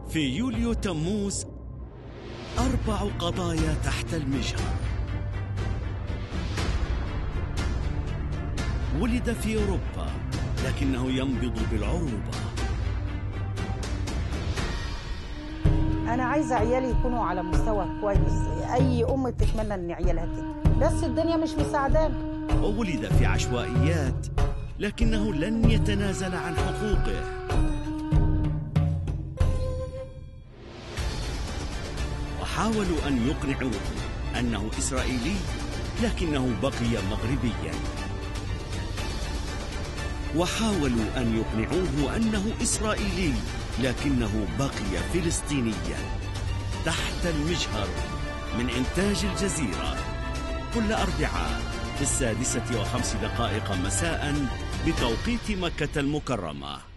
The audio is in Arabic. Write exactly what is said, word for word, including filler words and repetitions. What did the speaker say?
في يوليو تموز أربع قضايا تحت المجهر. ولد في أوروبا لكنه ينبض بالعروبة. أنا عايزة عيالي يكونوا على مستوى كويس، أي أم بتتمنى إن عيالها كده، بس الدنيا مش مساعدانا. وولد في عشوائيات لكنه لن يتنازل عن حقوقه. وحاولوا أن يقنعوه أنه إسرائيلي لكنه بقي مغربيا. وحاولوا أن يقنعوه أنه إسرائيلي لكنه بقي فلسطينيا. تحت المجهر من إنتاج الجزيرة، كل أربعاء في السادسة وخمس دقائق مساء بتوقيت مكة المكرمة.